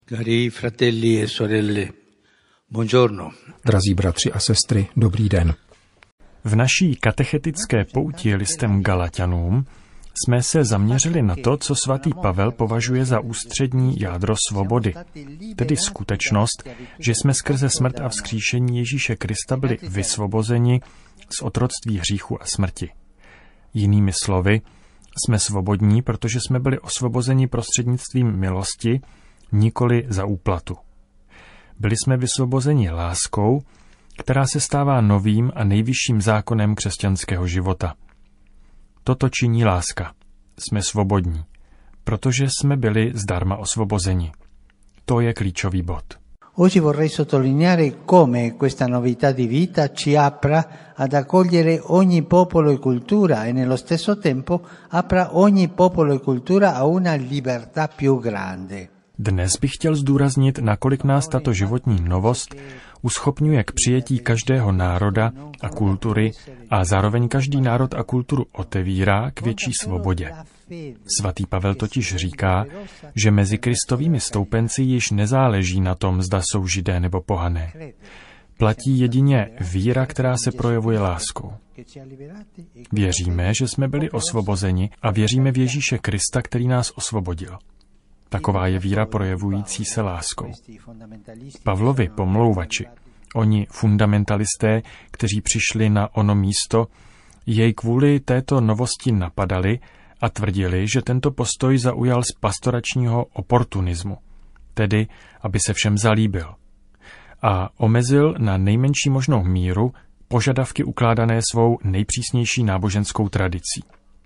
Cari fratelli e sorelle, buongiorno. Drazí bratři a sestry, dobrý den. V naší katechetické pouti listem Galaťanům jsme se zaměřili na to, co svatý Pavel považuje za ústřední jádro svobody, tedy skutečnost, že jsme skrze smrt a vzkříšení Ježíše Krista byli vysvobozeni z otroctví hříchu a smrti. Jinými slovy, jsme svobodní, protože jsme byli osvobozeni prostřednictvím milosti, nikoli za úplatu. Byli jsme vysvobozeni láskou, která se stává novým a nejvyšším zákonem křesťanského života. Toto činí láska. Jsme svobodní, protože jsme byli zdarma osvobozeni. To je klíčový bod. Oggi vorrei sottolineare come questa novità di vita ci apra ad accogliere ogni popolo e cultura e nello stesso tempo apra ogni popolo e cultura a una libertà più grande. Dnes bych chtěl zdůraznit, nakolik nás tato životní novost uschopňuje k přijetí každého národa a kultury a zároveň každý národ a kulturu otevírá k větší svobodě. Svatý Pavel totiž říká, že mezi Kristovými stoupenci již nezáleží na tom, zda jsou Židé nebo pohané. Platí jedině víra, která se projevuje láskou. Věříme, že jsme byli osvobozeni a věříme v Ježíše Krista, který nás osvobodil. Taková je víra projevující se láskou. Pavlovi pomlouvači, oni fundamentalisté, kteří přišli na ono místo, jej kvůli této novosti napadali a tvrdili, že tento postoj zaujal z pastoračního oportunismu, tedy aby se všem zalíbil, a omezil na nejmenší možnou míru požadavky ukládané svou nejpřísnější náboženskou tradicí.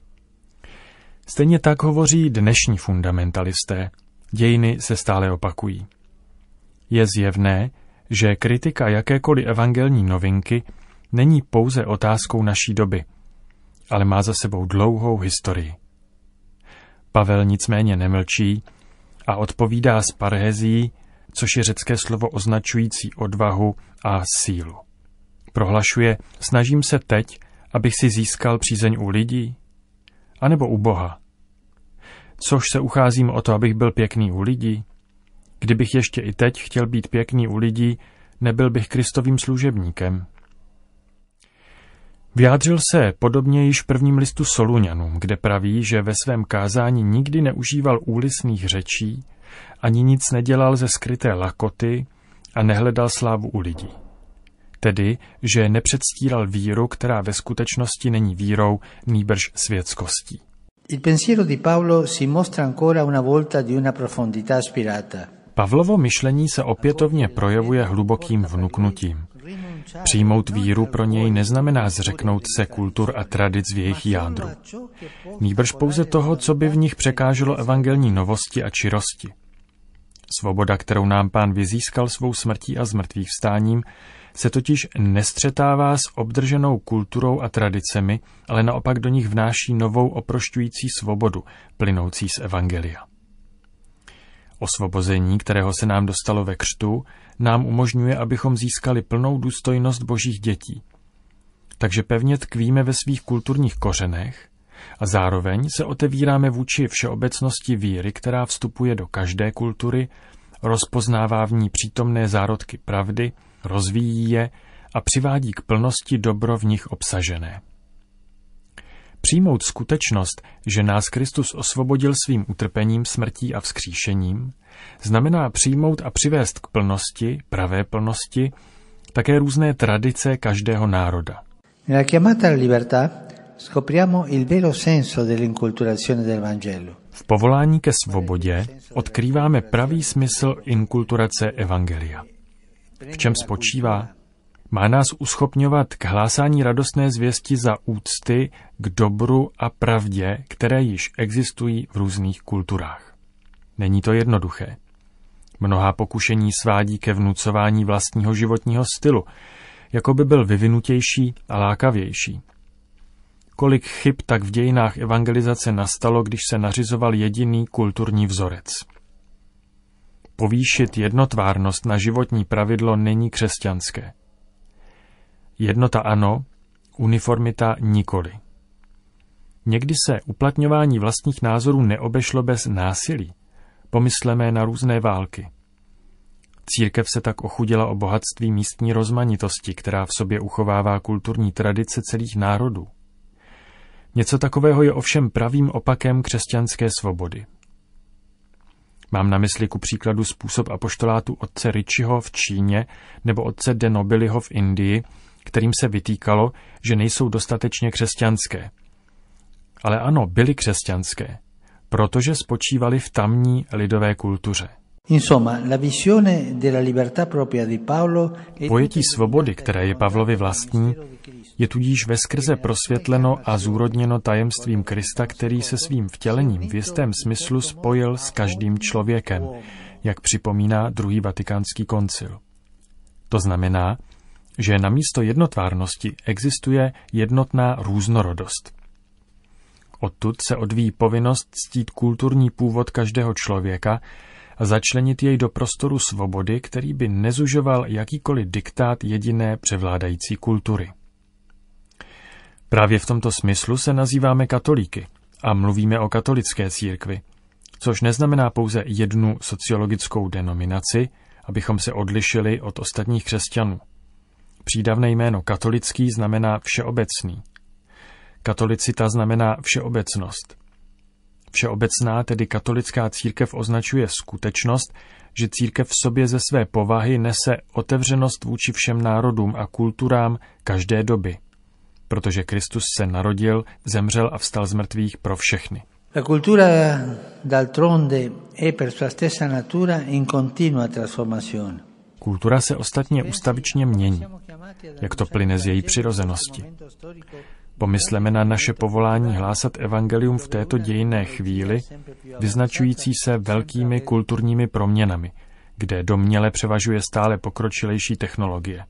Stejně tak hovoří dnešní fundamentalisté. Dějiny se stále opakují. Je zjevné, že kritika jakékoliv evangelní novinky není pouze otázkou naší doby, ale má za sebou dlouhou historii. Pavel nicméně nemlčí a odpovídá s parhézií, což je řecké slovo označující odvahu a sílu. Prohlašuje, snažím se teď, abych si získal přízeň u lidí, anebo u Boha. Což se ucházím o to, abych byl pěkný u lidí? Kdybych ještě i teď chtěl být pěkný u lidí, nebyl bych Kristovým služebníkem. Vyjádřil se podobně již v prvním listu Soluňanům, kde praví, že ve svém kázání nikdy neužíval úlisných řečí, ani nic nedělal ze skryté lakoty a nehledal slávu u lidí. Tedy, že nepředstíral víru, která ve skutečnosti není vírou, nýbrž světskostí. Il pensiero di Paolo si mostra ancora una volta di una profondità aspirata. Pavlovo myšlení se opětovně projevuje hlubokým vnuknutím. Přijmout víru pro něj neznamená zřeknout se kultur a tradic v jejich jádru. Nýbrž pouze toho, co by v nich překáželo evangelní novosti a čirosti. Svoboda, kterou nám Pán vyzískal svou smrtí a zmrtvých vstáním, se totiž nestřetává s obdrženou kulturou a tradicemi, ale naopak do nich vnáší novou oprošťující svobodu, plynoucí z evangelia. Osvobození, kterého se nám dostalo ve křtu, nám umožňuje, abychom získali plnou důstojnost Božích dětí. Takže pevně tkvíme ve svých kulturních kořenech a zároveň se otevíráme vůči všeobecnosti víry, která vstupuje do každé kultury, rozpoznává v ní přítomné zárodky pravdy, rozvíjí je a přivádí k plnosti dobro v nich obsažené. Přijmout skutečnost, že nás Kristus osvobodil svým utrpením, smrtí a vzkříšením, znamená přijmout a přivést k plnosti, pravé plnosti, také různé tradice každého národa. Nella chiamata alla libertà scopriamo il vero senso dell'inculturazione del Vangelo. V povolání ke svobodě odkrýváme pravý smysl inkulturace evangelia. V čem spočívá? Má nás uschopňovat k hlásání radostné zvěsti za úcty k dobru a pravdě, které již existují v různých kulturách. Není to jednoduché. Mnohá pokušení svádí ke vnucování vlastního životního stylu, jako by byl vyvinutější a lákavější. Kolik chyb tak v dějinách evangelizace nastalo, když se nařizoval jediný kulturní vzorec. Povýšit jednotvárnost na životní pravidlo není křesťanské. Jednota ano, uniformita nikoli. Někdy se uplatňování vlastních názorů neobešlo bez násilí. Pomysleme na různé války. Církev se tak ochudila o bohatství místní rozmanitosti, která v sobě uchovává kulturní tradice celých národů. Něco takového je ovšem pravým opakem křesťanské svobody. Mám na mysli ku příkladu způsob apoštolátu otce Richiho v Číně nebo otce de Nobiliho v Indii, kterým se vytýkalo, že nejsou dostatečně křesťanské. Ale ano, byly křesťanské, protože spočívali v tamní lidové kultuře. Pojetí svobody, které je Pavlovi vlastní, je tudíž veskrze prosvětleno a zúrodněno tajemstvím Krista, který se svým vtělením v jistém smyslu spojil s každým člověkem, jak připomíná druhý vatikánský koncil. To znamená, že namísto jednotvárnosti existuje jednotná různorodost. Odtud se odvíjí povinnost ctít kulturní původ každého člověka a začlenit jej do prostoru svobody, který by nezužoval jakýkoliv diktát jediné převládající kultury. Právě v tomto smyslu se nazýváme katolíky a mluvíme o katolické církvi, což neznamená pouze jednu sociologickou denominaci, abychom se odlišili od ostatních křesťanů. Přídavné jméno katolický znamená všeobecný. Katolicita znamená všeobecnost. Všeobecná, tedy katolická církev, označuje skutečnost, že církev v sobě ze své povahy nese otevřenost vůči všem národům a kulturám každé doby, protože Kristus se narodil, zemřel a vstal z mrtvých pro všechny. La cultura d'altronde è per sua stessa natura in continua trasformazione. Kultura se ostatně ustavičně mění, jak to plyne z její přirozenosti. Pomysleme na naše povolání hlásat evangelium v této dějinné chvíli, vyznačující se velkými kulturními proměnami, kde domněle převažuje stále pokročilejší technologie.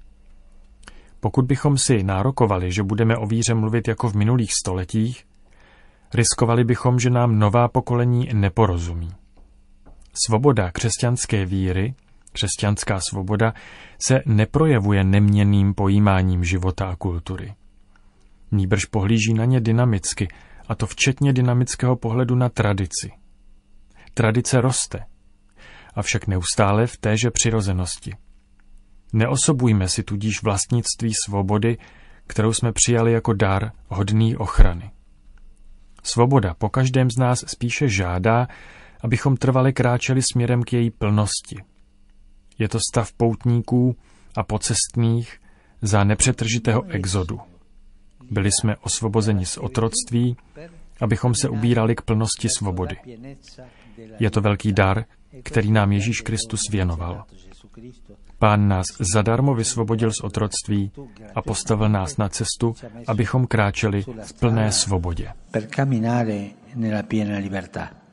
Pokud bychom si nárokovali, že budeme o víře mluvit jako v minulých stoletích, riskovali bychom, že nám nová pokolení neporozumí. Svoboda křesťanské víry, křesťanská svoboda, se neprojevuje neměnným pojímáním života a kultury. Nýbrž pohlíží na ně dynamicky, a to včetně dynamického pohledu na tradici. Tradice roste, avšak neustále v téže přirozenosti. Neosobujme si tudíž vlastnictví svobody, kterou jsme přijali jako dar hodný ochrany. Svoboda po každém z nás spíše žádá, abychom trvale kráčeli směrem k její plnosti. Je to stav poutníků a pocestných za nepřetržitého exodu. Byli jsme osvobozeni z otroctví, abychom se ubírali k plnosti svobody. Je to velký dar, který nám Ježíš Kristus věnoval. Pán nás zadarmo vysvobodil z otroctví a postavil nás na cestu, abychom kráčeli v plné svobodě.